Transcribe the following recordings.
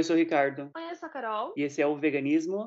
Oi, eu sou o Ricardo Oi, eu sou a Carol. e esse é o Veganismo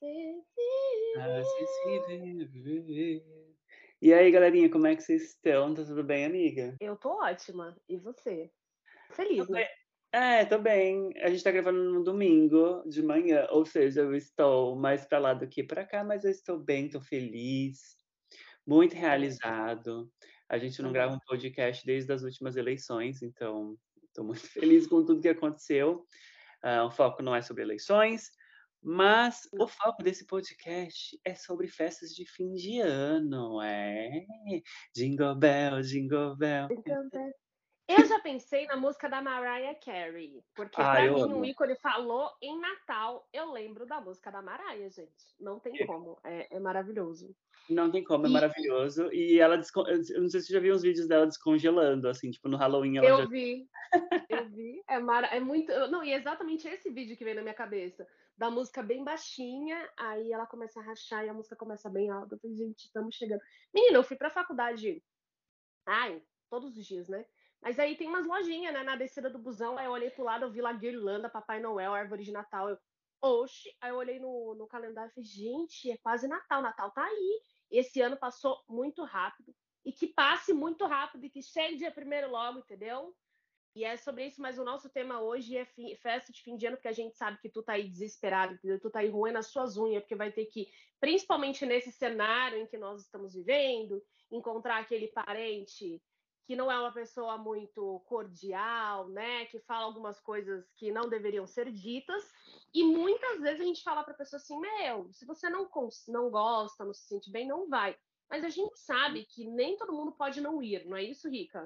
Acessível. Acessível. E aí, galerinha, como é que vocês estão? Tá tudo bem, amiga? Eu tô ótima. E você? Tô Feliz, né? bem. Tô bem. A gente tá gravando no domingo de manhã, ou seja, eu estou mais pra lá do que pra cá, mas eu estou bem, tô feliz, muito É, realizado. A gente não grava também. um podcast desde as últimas eleições, então estou muito feliz com tudo que aconteceu. O foco não é sobre eleições, mas o Não. foco desse podcast é sobre festas de fim de ano. Jingle bell, jingle bell. Então, tá. Eu já pensei na música da Mariah Carey, porque pra Eu mim um amo. ícone falou em Natal, eu lembro da música da Mariah, gente. Não tem como, é maravilhoso. Não tem como, é E maravilhoso. E ela eu não sei se você já viu uns vídeos dela descongelando, assim, tipo, no Halloween ela já eu vi, eu vi, é muito não, e é exatamente esse vídeo que veio na minha cabeça, da música bem baixinha, aí ela começa a rachar e a música começa bem alta, eu falei: "Gente, estamos chegando". Menina, eu fui pra faculdade, ai, todos os dias, né, mas aí tem umas lojinhas, né, na descida do busão, aí eu olhei para o lado, eu vi lá guirlanda, Papai Noel, árvore de Natal, eu: "Oxe", aí eu olhei no calendário e falei: "Gente, é quase Natal, Natal tá aí". Esse ano passou muito rápido, e que passe muito rápido e que chegue dia primeiro logo, entendeu? E é sobre isso, mas o nosso tema hoje é festa de fim de ano, porque a gente sabe que tu tá aí desesperado, entendeu? Tu tá aí roendo as suas unhas, porque vai ter que, principalmente nesse cenário em que nós estamos vivendo, encontrar aquele parente que não é uma pessoa muito cordial, né? Que fala algumas coisas que não deveriam ser ditas. E muitas vezes a gente fala para a pessoa assim: meu, se você não gosta, não se sente bem, não vai. Mas a gente sabe que nem todo mundo pode não ir, não é isso, Rica?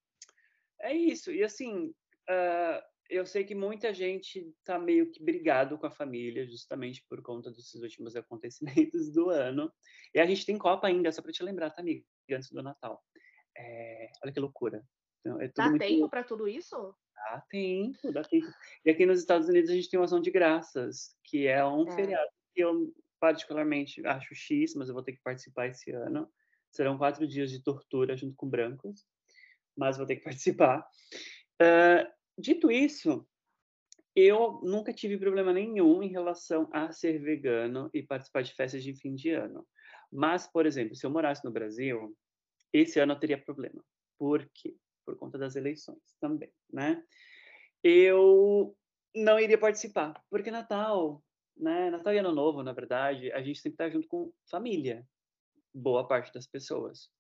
É isso. E assim, eu sei que muita gente tá meio que brigado com a família, justamente por conta desses últimos acontecimentos do ano. E a gente tem Copa ainda, só pra te lembrar, tá, amiga? Antes do Natal. Olha que loucura. Então, é tudo Dá muito tempo louco. para tudo isso? Dá tempo, dá tempo. E aqui nos Estados Unidos a gente tem o Ação de Graças, que é um É. feriado que eu particularmente acho X, mas eu vou ter que participar esse ano. Serão 4 dias de tortura junto com brancos, mas vou ter que participar. Dito isso, eu nunca tive problema nenhum em relação a ser vegano e participar de festas de fim de ano. Mas, por exemplo, se eu morasse no Brasil, esse ano eu teria problema. Por quê? Por conta das eleições também, né. Eu não iria participar, porque Natal, né, Natal e Ano Novo, na verdade, a gente sempre tá junto com família, boa parte das pessoas.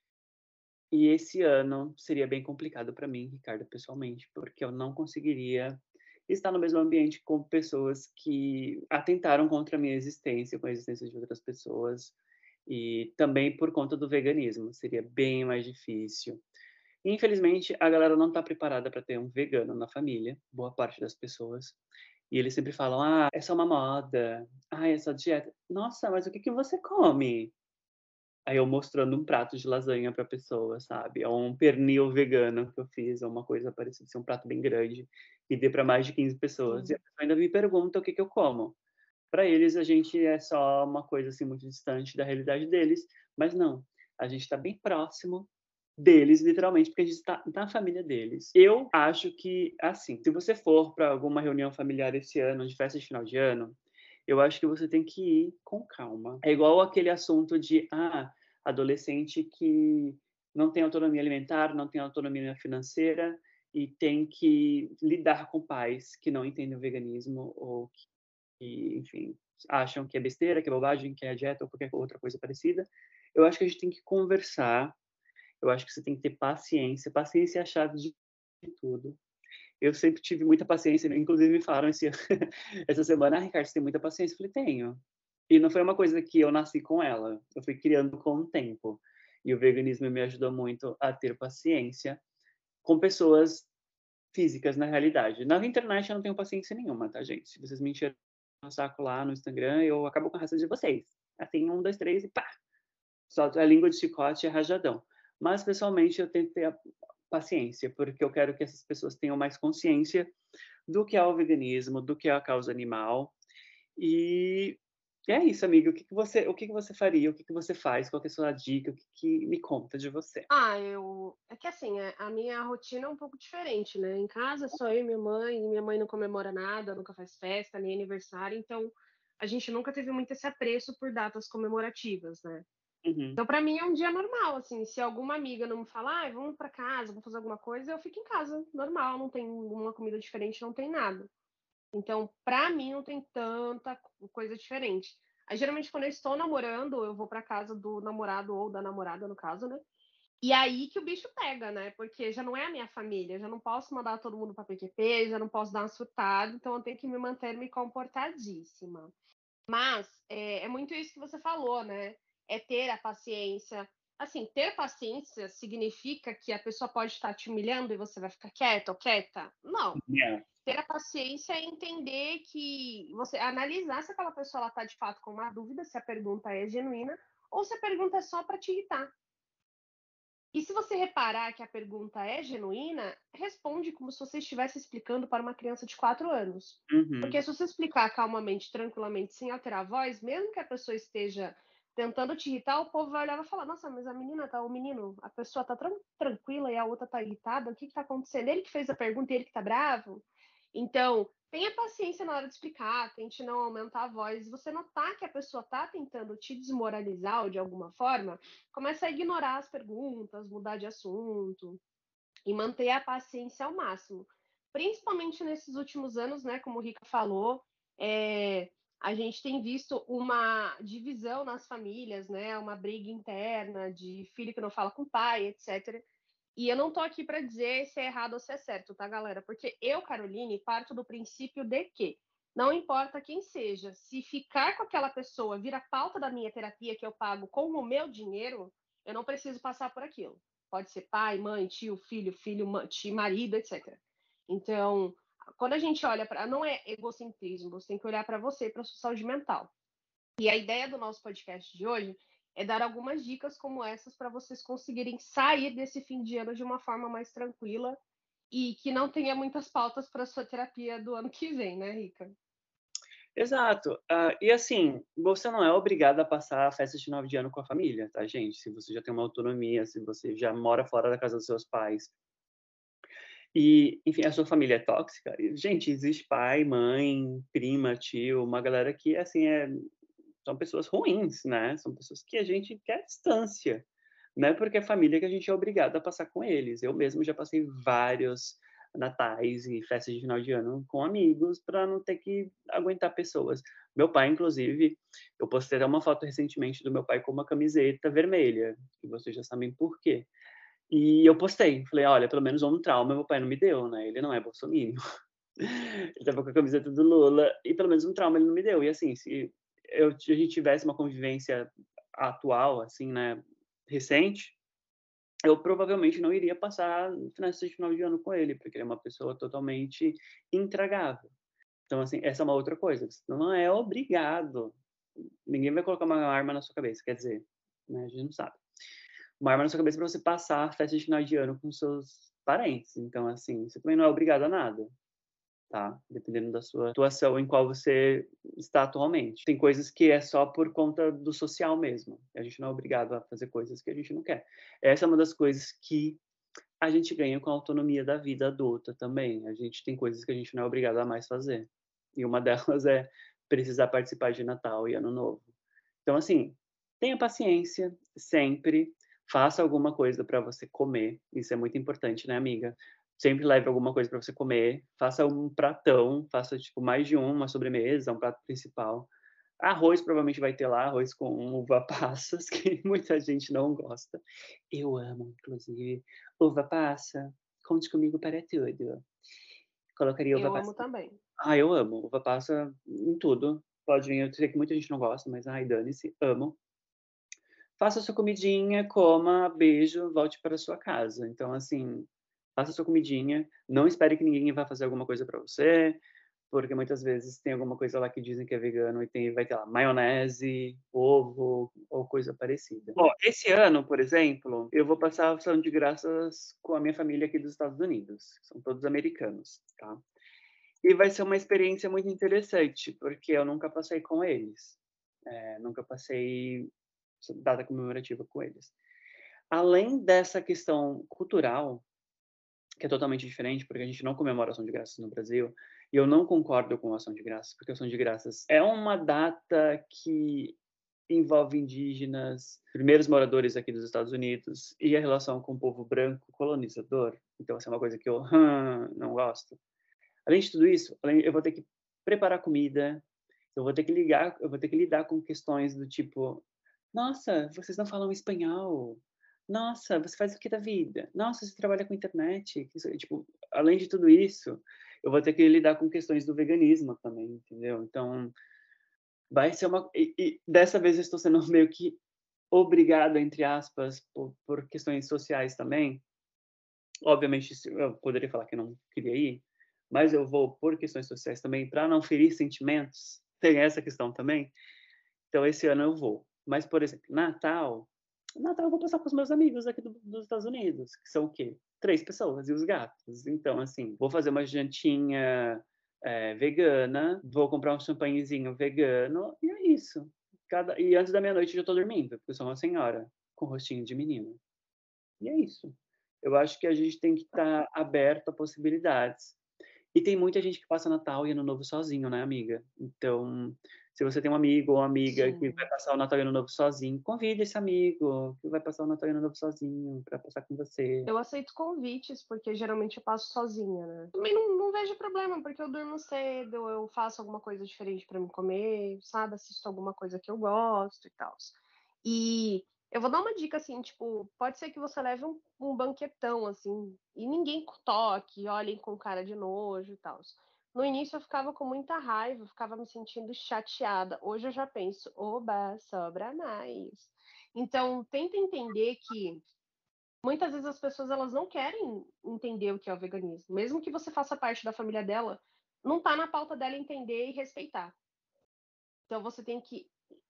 E esse ano seria bem complicado para mim, Ricardo, pessoalmente, porque eu não conseguiria estar no mesmo ambiente com pessoas que atentaram contra a minha existência, com a existência de outras pessoas, e também por conta do veganismo, seria bem mais difícil. Infelizmente, a galera não está preparada para ter um vegano na família, boa parte das pessoas, e eles sempre falam: "Ah, é só uma moda. Ah, é só dieta". Nossa, mas o que que você come? Aí eu mostrando um prato de lasanha pra pessoa, sabe, ou um pernil vegano que eu fiz, ou uma coisa parecida, assim, um prato bem grande, e dê pra mais de 15 pessoas, e a Sim. pessoa ainda me pergunta o que que eu como. Pra eles a gente é só uma coisa, assim, muito distante da realidade deles, mas não, a gente tá bem próximo deles, literalmente, porque a gente tá na família deles. Eu acho que, assim, se você for pra alguma reunião familiar esse ano, de festa de final de ano, eu acho que você tem que ir com calma. É igual aquele assunto de, adolescente que não tem autonomia alimentar, não tem autonomia financeira e tem que lidar com pais que não entendem o veganismo ou que, enfim, acham que é besteira, que é bobagem, que é dieta ou qualquer outra coisa parecida. Eu acho que a gente tem que conversar, eu acho que você tem que ter paciência, paciência é a chave de tudo. Eu sempre tive muita paciência, inclusive me falaram essa semana: "Ah, Ricardo, você tem muita paciência?" Eu falei: "Tenho". E não foi uma coisa que eu nasci com ela, eu fui criando com o tempo. E o veganismo me ajudou muito a ter paciência com pessoas físicas, na realidade. Na internet eu não tenho paciência nenhuma, tá, gente? Se vocês me encherem o saco lá no Instagram, eu acabo com a raça de vocês. Assim, 1, 2, 3 e pá! Solto a língua de chicote e é rajadão. Mas pessoalmente eu tento ter a paciência, porque eu quero que essas pessoas tenham mais consciência do que é o veganismo, do que é a causa animal. E E é isso, amiga. O que que você faria? O que que você faz? Qual que é a sua dica? O que que me conta de você? É que assim, a minha rotina é um pouco diferente, né, em casa só eu e minha mãe não comemora nada, nunca faz festa, nem aniversário, então a gente nunca teve muito esse apreço por datas comemorativas, né. Uhum, Então, pra mim é um dia normal, assim, se alguma amiga não me falar: "Ai, vamos pra casa, vamos fazer alguma coisa", eu fico em casa, normal, não tem uma comida diferente, não tem nada. Então, pra mim não tem tanta coisa diferente. Aí, geralmente, quando eu estou namorando, eu vou pra casa do namorado ou da namorada, no caso, né, e aí que o bicho pega, né, porque já não é a minha família, já não posso mandar todo mundo pra PQP, já não posso dar uma surtada, então eu tenho que me manter me comportadíssima. Mas, é muito isso que você falou, né, é ter a paciência. Assim, ter paciência significa que a pessoa pode estar te humilhando e você vai ficar quieto ou quieta? Não. é, Ter a paciência é entender que você analisar se aquela pessoa ela tá de fato com uma dúvida, se a pergunta é genuína ou se a pergunta é só para te irritar. E se você reparar que a pergunta é genuína, responde como se você estivesse explicando para uma criança de 4 anos. Porque uhum. se você explicar calmamente, tranquilamente, sem alterar a voz, mesmo que a pessoa esteja tentando te irritar, o povo vai olhar e vai falar: "Nossa, mas a menina tá o menino, a pessoa tá tão tranquila e a outra tá irritada, o que que tá acontecendo? Ele que fez a pergunta e ele que tá bravo?". Então, tenha paciência na hora de explicar, tente não aumentar a voz. Se você notar que a pessoa tá tentando te desmoralizar ou de alguma forma, começa a ignorar as perguntas, mudar de assunto e manter a paciência ao máximo. Principalmente nesses últimos anos, né, como o Rica falou, a gente tem visto uma divisão nas famílias, né, uma briga interna de filho que não fala com o pai, etc. E eu não tô aqui para dizer se é errado ou se é certo, tá, galera? Porque eu, Caroline, parto do princípio de que não importa quem seja, se ficar com aquela pessoa vira pauta da minha terapia que eu pago com o meu dinheiro, eu não preciso passar por aquilo. Pode ser pai, mãe, tio, filho, tio, marido, etc. Então, quando a gente olha para. Não é egocentrismo, você tem que olhar para você, para sua saúde mental. E a ideia do nosso podcast de hoje é dar algumas dicas como essas para vocês conseguirem sair desse fim de ano de uma forma mais tranquila e que não tenha muitas pautas para sua terapia do ano que vem, né, Rica? Exato. E assim, você não é obrigado a passar a festa de 9 de ano com a família, tá, gente? Se você já tem uma autonomia, se você já mora fora da casa dos seus pais e, enfim, a sua família é tóxica, gente, existe pai, mãe, prima, tio, uma galera que, assim, são pessoas ruins, né, são pessoas que a gente quer distância. Não é porque é família que a gente é obrigado a passar com eles. Eu mesmo já passei vários natais e festas de final de ano com amigos para não ter que aguentar pessoas. Meu pai, inclusive, eu postei até uma foto recentemente do meu pai com uma camiseta vermelha, que vocês já sabem por quê. E eu postei, falei: "Olha, pelo menos um trauma meu pai não me deu, né, ele não é bolsominion". Ele estava com a camiseta do Lula e pelo menos um trauma ele não me deu. E assim, se a gente tivesse uma convivência atual, assim, né, recente, eu provavelmente não iria passar festa de final de ano com ele, porque ele é uma pessoa totalmente intragável. Então, assim, essa é uma outra coisa, você não é obrigado, ninguém vai colocar uma arma na sua cabeça, quer dizer, né, a gente não sabe. Uma arma na sua cabeça para você passar a festa de final de ano com seus parentes, então, assim, você também não é obrigado a nada, tá, dependendo da sua situação em qual você está atualmente. Tem coisas que é só por conta do social mesmo, a gente não é obrigado a fazer coisas que a gente não quer. Essa é uma das coisas que a gente ganha com a autonomia da vida adulta também, a gente tem coisas que a gente não é obrigado a mais fazer, e uma delas é precisar participar de Natal e Ano Novo. Então, assim, tenha paciência sempre, faça alguma coisa para você comer, isso é muito importante, né, amiga? Sempre leve alguma coisa para você comer, faça um pratão, faça, tipo, mais de uma sobremesa, um prato principal. Arroz provavelmente vai ter lá, arroz com uva passas, que muita gente não gosta. Eu amo, inclusive, uva passa, conte comigo para tudo. Colocaria uva Eu passa. amo também. Eu amo uva passa em tudo. Pode vir, eu sei que muita gente não gosta, mas ai, dane-se, amo. Faça sua comidinha, coma, beijo, volte para sua casa. Então, assim, faça sua comidinha, não espere que ninguém vá fazer alguma coisa para você, porque muitas vezes tem alguma coisa lá que dizem que é vegano e vai ter lá maionese, ovo ou coisa parecida. Ó, esse ano, por exemplo, eu vou passar a ação de graças com a minha família aqui dos Estados Unidos, são todos americanos, tá. E vai ser uma experiência muito interessante, porque eu nunca passei com eles. Nunca passei data comemorativa com eles. Além dessa questão cultural, que é totalmente diferente, porque a gente não comemora Ação de Graças no Brasil, e eu não concordo com a Ação de Graças, porque a Ação de Graças é uma data que envolve indígenas, primeiros moradores aqui dos Estados Unidos, e a relação com o povo branco colonizador. Então, essa é uma coisa que eu não gosto. Além de tudo isso, eu vou ter que preparar comida, eu vou ter que lidar com questões do tipo: "Nossa, vocês não falam espanhol. Nossa, você faz o que da vida? Nossa, você trabalha com internet". Tipo, além de tudo isso, eu vou ter que lidar com questões do veganismo também, entendeu? Então, vai ser uma dessa vez eu estou sendo meio que obrigado, entre aspas, por questões sociais também. Obviamente, se eu poderia falar que eu não queria ir, mas eu vou por questões sociais também, para não ferir sentimentos, tem essa questão também. Então esse ano eu vou. Mas, por exemplo, Natal eu vou passar com os meus amigos aqui dos Estados Unidos, que são o quê? 3 pessoas e os gatos. Então, assim, vou fazer uma jantinha, vegana, vou comprar um champanhezinho vegano, e é isso. E antes da meia-noite eu já tô dormindo, porque eu sou uma senhora com rostinho de menina. E é isso. Eu acho que a gente tem que estar aberto a possibilidades. E tem muita gente que passa Natal e Ano Novo sozinho, né, amiga? Então, se você tem um amigo ou uma amiga que vai Sim. passar o Natal e Ano Novo sozinho, convide esse amigo que vai passar o Natal e Ano Novo sozinho para passar com você. Eu aceito convites, porque geralmente eu passo sozinha, né. Também não vejo problema, porque eu durmo cedo, eu faço alguma coisa diferente pra mim comer, sabe, assisto alguma coisa que eu gosto e tals. E eu vou dar uma dica, assim, tipo, pode ser que você leve um banquetão, assim, e ninguém toque, olhem com cara de nojo e tals. No início eu ficava com muita raiva, eu ficava me sentindo chateada. Hoje eu já penso: "Oba, sobra mais". Então tenta entender que muitas vezes as pessoas elas não querem entender o que é o veganismo, mesmo que você faça parte da família dela, não tá na pauta dela entender e respeitar. Então você tem que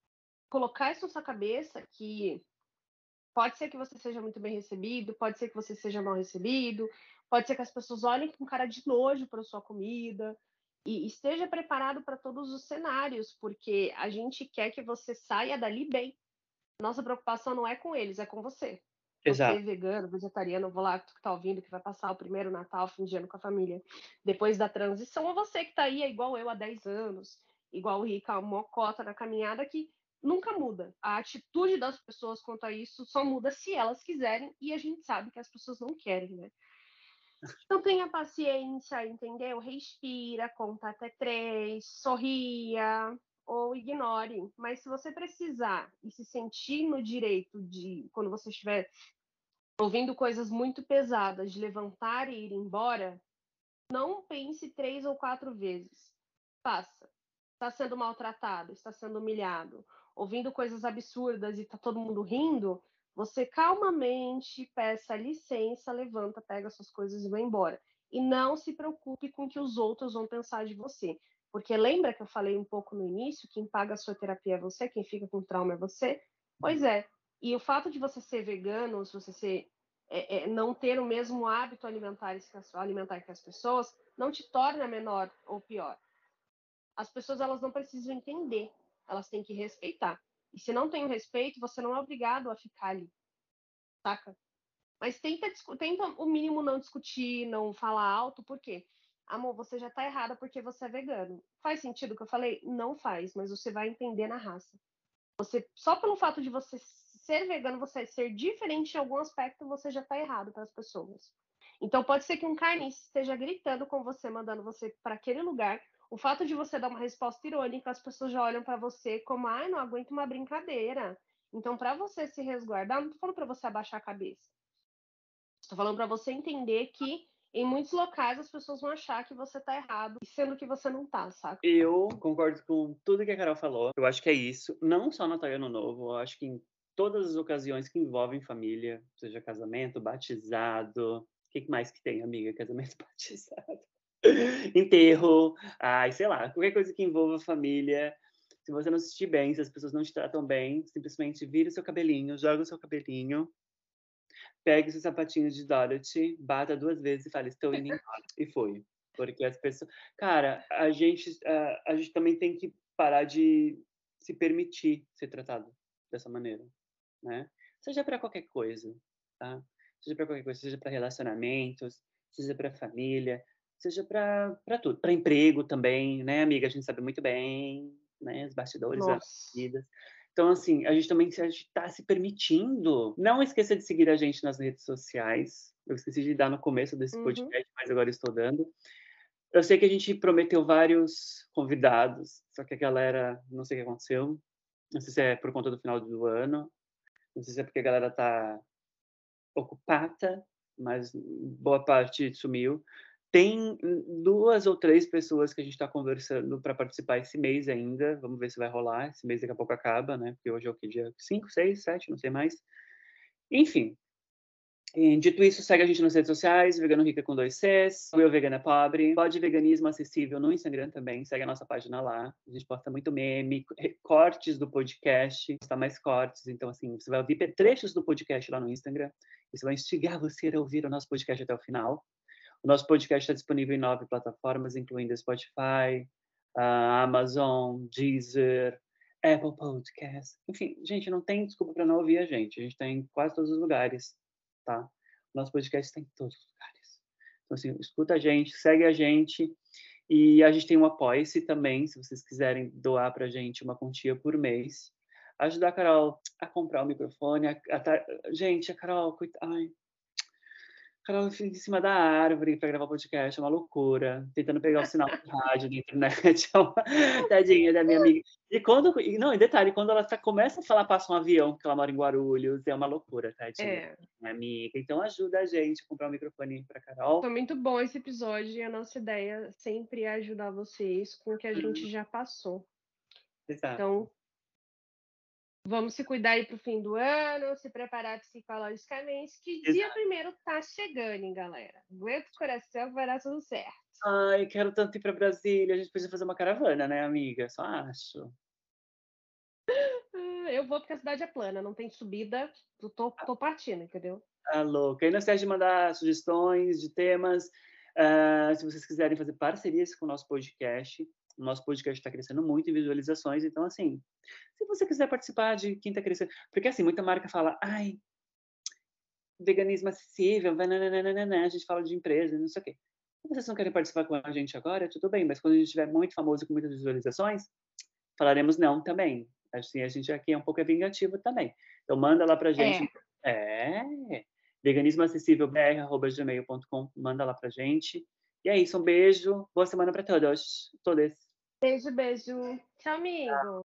colocar isso na sua cabeça que pode ser que você seja muito bem recebido, pode ser que você seja mal recebido, pode ser que as pessoas olhem com cara de nojo para sua comida, e esteja preparado para todos os cenários, porque a gente quer que você saia dali bem. Nossa preocupação não é com eles, é com você. Você, Exato. vegano, vegetariano, vou lá, que tá ouvindo, que vai passar o primeiro Natal, fim de ano com a família, depois da transição, ou você que tá aí, é igual eu há 10 anos, igual o Rica, a mocota na caminhada, que nunca muda. A atitude das pessoas quanto a isso só muda se elas quiserem, e a gente sabe que as pessoas não querem, né? Então tenha paciência, entendeu? Respira, conta até 3, sorria ou ignore. Mas se você precisar e se sentir no direito de, quando você estiver ouvindo coisas muito pesadas, de levantar e ir embora, não pense 3 ou 4 vezes. Faça. Está sendo maltratado, está sendo humilhado, ouvindo coisas absurdas e está todo mundo rindo, você calmamente peça licença, levanta, pega suas coisas e vai embora. E não se preocupe com o que os outros vão pensar de você. Porque lembra que eu falei um pouco no início, quem paga a sua terapia é você, quem fica com trauma é você? Pois é. E o fato de você ser vegano, se você ser, não ter o mesmo hábito alimentar que as pessoas, não te torna menor ou pior. As pessoas elas não precisam entender, elas têm que respeitar. E se não tem o respeito, você não é obrigado a ficar ali, saca? Mas tenta o mínimo não discutir, não falar alto, por quê? Amor, você já tá errada porque você é vegano. Faz sentido o que eu falei? Não faz, mas você vai entender na raça. Só pelo fato de você ser vegano, você ser diferente em algum aspecto, você já tá errado para as pessoas. Então pode ser que um carniça esteja gritando com você, mandando você para aquele lugar. O fato de você dar uma resposta irônica, as pessoas já olham para você como, ai, não aguento uma brincadeira. Então, para você se resguardar, não tô falando para você abaixar a cabeça. Estou falando para você entender que em muitos locais as pessoas vão achar que você tá errado, sendo que você não tá, saca? Eu concordo com tudo que a Carol falou. Eu acho que é isso. Não só Natal e Ano Novo, eu acho que em todas as ocasiões que envolvem família, seja casamento, batizado, o que mais que tem, amiga? Casamento, batizado, enterro, ai, sei lá, qualquer coisa que envolva família. Se você não se sentir bem, se as pessoas não te tratam bem, simplesmente vira o seu cabelinho, joga o seu cabelinho, pegue seu sapatinho de Dorothy, bata 2 vezes e fale: "Estou indo embora", e foi. Porque as pessoas cara, a gente também tem que parar de se permitir ser tratado dessa maneira, né? Seja para qualquer coisa, tá? Seja para qualquer coisa, seja para relacionamentos, seja para família, seja para tudo, para emprego também, né, amiga? A gente sabe muito bem, né, os bastidores das Nossa. vidas. Então, assim, a gente também está se permitindo. Não esqueça de seguir a gente nas redes sociais. Eu esqueci de dar no começo desse Uhum. podcast, mas agora estou dando. Eu sei que a gente prometeu vários convidados, só que a galera, não sei o que aconteceu. Não sei se é por conta do final do ano, não sei se é porque a galera tá ocupada, mas boa parte sumiu. Tem 2 ou 3 pessoas que a gente está conversando para participar esse mês ainda, vamos ver se vai rolar. Esse mês daqui a pouco acaba, né, porque hoje é o quê? Dia 5, 6, 7, não sei mais. Enfim, dito isso, segue a gente nas redes sociais, Vegano Rica com 2 Cs, o Eu Vegano é Pobre, Pod Veganismo Acessível no Instagram também, segue a nossa página lá. A gente posta muito meme, cortes do podcast, postar mais cortes, então assim, você vai ouvir trechos do podcast lá no Instagram, isso vai instigar você a ouvir o nosso podcast até o final. O nosso podcast está disponível em 9 plataformas, incluindo Spotify, Amazon, Deezer, Apple Podcasts. Enfim, gente, não tem desculpa para não ouvir a gente. A gente está em quase todos os lugares, tá? O nosso podcast está em todos os lugares. Então, assim, escuta a gente, segue a gente. E a gente tem um Apoia-se também, se vocês quiserem doar para a gente uma quantia por mês. Ajudar a Carol a comprar o microfone. Gente, a Carol, ai, Carol fica em cima da árvore para gravar podcast, é uma loucura, tentando pegar o sinal de rádio da internet, é uma tadinha da minha amiga. E detalhe, quando ela começa a falar, passa um avião, porque ela mora em Guarulhos, é uma loucura, tadinha, É. minha amiga. Então ajuda a gente a comprar um microfone para Carol. Foi muito bom esse episódio e a nossa ideia sempre é ajudar vocês com o que a gente já passou. Exato. Então, vamos se cuidar aí pro fim do ano, se preparar psicologicamente, que dia Exato. primeiro tá chegando, hein, galera. Aguenta o coração que vai dar tudo certo. Ai, quero tanto ir para Brasília, a gente podia fazer uma caravana, né, amiga? Só acho. Eu vou porque a cidade é plana, não tem subida, tô partindo, entendeu? Tá louca. E não esquece de mandar sugestões de temas. Se vocês quiserem fazer parcerias com o nosso podcast está crescendo muito em visualizações. Então, assim, se você quiser participar de quem está crescendo. Porque, assim, muita marca fala, ai, veganismo acessível, a gente fala de empresa, não sei o quê. Se vocês não querem participar com a gente agora, tudo bem, mas quando a gente estiver muito famoso e com muitas visualizações, falaremos não também. Assim, a gente aqui é um pouco vingativo também. Então, manda lá pra gente. É. É, veganismoacessível.br@gmail.com, manda lá pra gente. E é isso, um beijo, boa semana para todos. Todas. Beijo, beijo. Tchau, amigo.